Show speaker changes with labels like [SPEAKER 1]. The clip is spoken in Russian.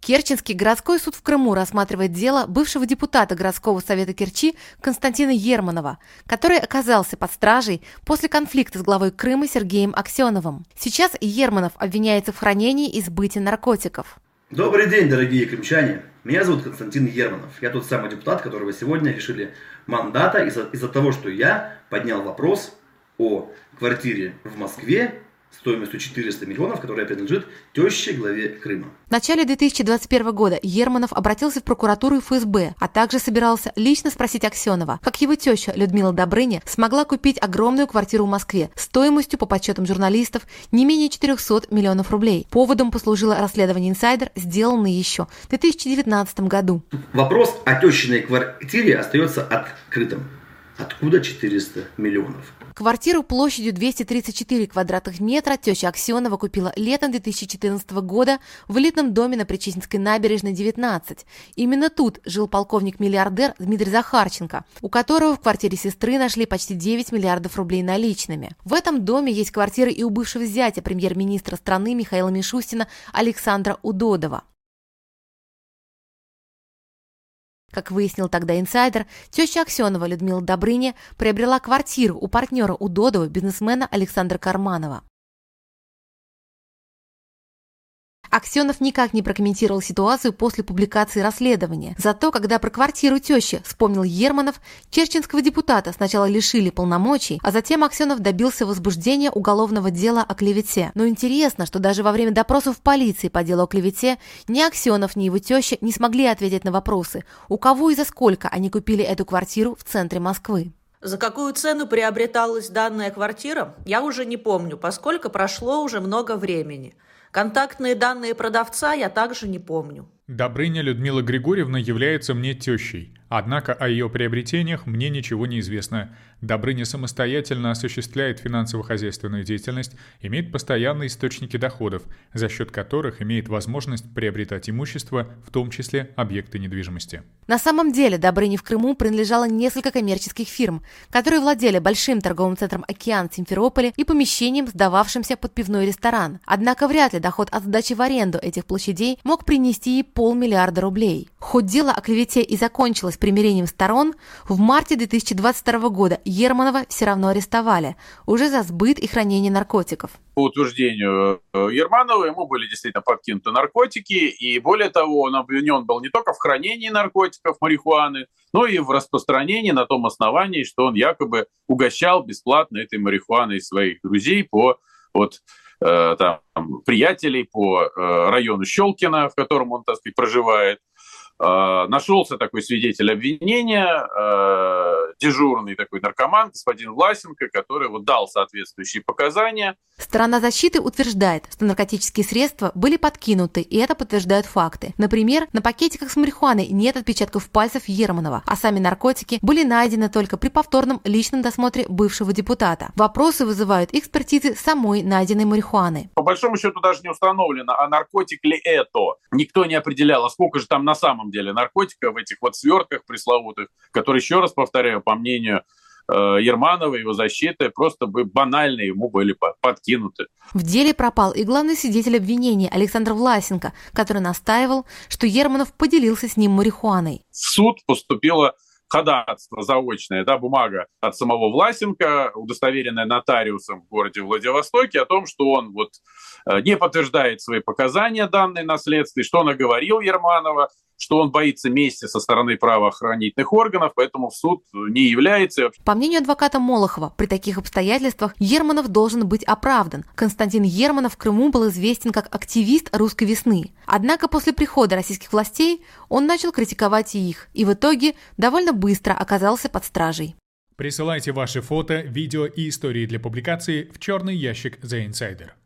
[SPEAKER 1] Керченский городской суд в Крыму рассматривает дело бывшего депутата городского совета Керчи Константина Ерманова, который оказался под стражей после конфликта с главой Крыма Сергеем Аксеновым. Сейчас Ерманов обвиняется в хранении и сбытии наркотиков.
[SPEAKER 2] Добрый день, дорогие крымчане. Меня зовут Константин Ерманов. Я тот самый депутат, которого сегодня лишили мандата из-за того, что я поднял вопрос о квартире в Москве стоимостью 400 миллионов, которая принадлежит теще главе Крыма.
[SPEAKER 1] В начале 2021 года Ерманов обратился в прокуратуру и ФСБ, а также собирался лично спросить Аксенова, как его теща Людмила Добрыня смогла купить огромную квартиру в Москве стоимостью, по подсчетам журналистов, не менее 400 миллионов рублей. Поводом послужило расследование «Инсайдер», сделанное еще в 2019 году.
[SPEAKER 2] Вопрос о тещиной квартире остается открытым. Откуда 400 миллионов?
[SPEAKER 1] Квартиру площадью 234 квадратных метра теща Аксенова купила летом 2014 года в элитном доме на Причистинской набережной 19. Именно тут жил полковник-миллиардер Дмитрий Захарченко, у которого в квартире сестры нашли почти 9 миллиардов рублей наличными. В этом доме есть квартиры и у бывшего зятя премьер-министра страны Михаила Мишустина Александра Удодова. Как выяснил тогда «Инсайдер», теща Аксенова Людмила Добрыня приобрела квартиру у партнера Удодова, бизнесмена Александра Карманова. Аксенов никак не прокомментировал ситуацию после публикации расследования. Зато, когда про квартиру тещи вспомнил Ерманов, керченского депутата сначала лишили полномочий, а затем Аксенов добился возбуждения уголовного дела о клевете. Но интересно, что даже во время допросов в полиции по делу о клевете ни Аксенов, ни его теща не смогли ответить на вопросы, у кого и за сколько они купили эту квартиру в центре Москвы.
[SPEAKER 3] За какую цену приобреталась данная квартира, я уже не помню, поскольку прошло уже много времени. Контактные данные продавца я также не помню.
[SPEAKER 4] Добрыня Людмила Григорьевна является мне тещей, однако о ее приобретениях мне ничего не известно. Добрыня самостоятельно осуществляет финансово-хозяйственную деятельность, имеет постоянные источники доходов, за счет которых имеет возможность приобретать имущество, в том числе объекты недвижимости.
[SPEAKER 1] На самом деле Добрыне в Крыму принадлежало несколько коммерческих фирм, которые владели большим торговым центром «Океан» в Симферополе и помещением, сдававшимся под пивной ресторан. Однако вряд ли доход от сдачи в аренду этих площадей мог принести ей 500 миллиарда рублей. Хоть дело о клевете и закончилось примирением сторон, в марте 2022 года Ерманова все равно арестовали, уже за сбыт и хранение наркотиков.
[SPEAKER 5] По утверждению Ерманова, ему были действительно подкинуты наркотики, и более того, он обвинен был не только в хранении наркотиков, марихуаны, но и в распространении на том основании, что он якобы угощал бесплатно этой марихуаной своих друзей приятелей по району Щелкино, в котором он, так сказать, проживает. Нашелся такой свидетель обвинения, дежурный такой наркоман, господин Власенко, который дал соответствующие показания.
[SPEAKER 1] Сторона защиты утверждает, что наркотические средства были подкинуты, и это подтверждают факты. Например, на пакетиках с марихуаной нет отпечатков пальцев Ерманова, а сами наркотики были найдены только при повторном личном досмотре бывшего депутата. Вопросы вызывают экспертизы самой найденной марихуаны.
[SPEAKER 5] По большому счету даже не установлено, а наркотик ли это. Никто не определял, а сколько же там на самом деле наркотиков в этих свертках пресловутых, которые, еще раз повторяю, по мнению Ерманова и его защиты, просто банально ему были подкинуты.
[SPEAKER 1] В деле пропал и главный свидетель обвинения Александр Власенко, который настаивал, что Ерманов поделился с ним марихуаной.
[SPEAKER 5] В суд поступило ходатайство заочное, бумага от самого Власенко, удостоверенная нотариусом в городе Владивостоке, о том, что он не подтверждает свои показания, данные на следствии, что он оговорил Ерманова, что он боится мести со стороны правоохранительных органов, поэтому в суд не является.
[SPEAKER 1] По мнению адвоката Молохова, при таких обстоятельствах Ерманов должен быть оправдан. Константин Ерманов в Крыму был известен как активист «Русской весны». Однако после прихода российских властей он начал критиковать и их, и в итоге довольно быстро оказался под стражей.
[SPEAKER 4] Присылайте ваши фото, видео и истории для публикации в черный ящик The Insider.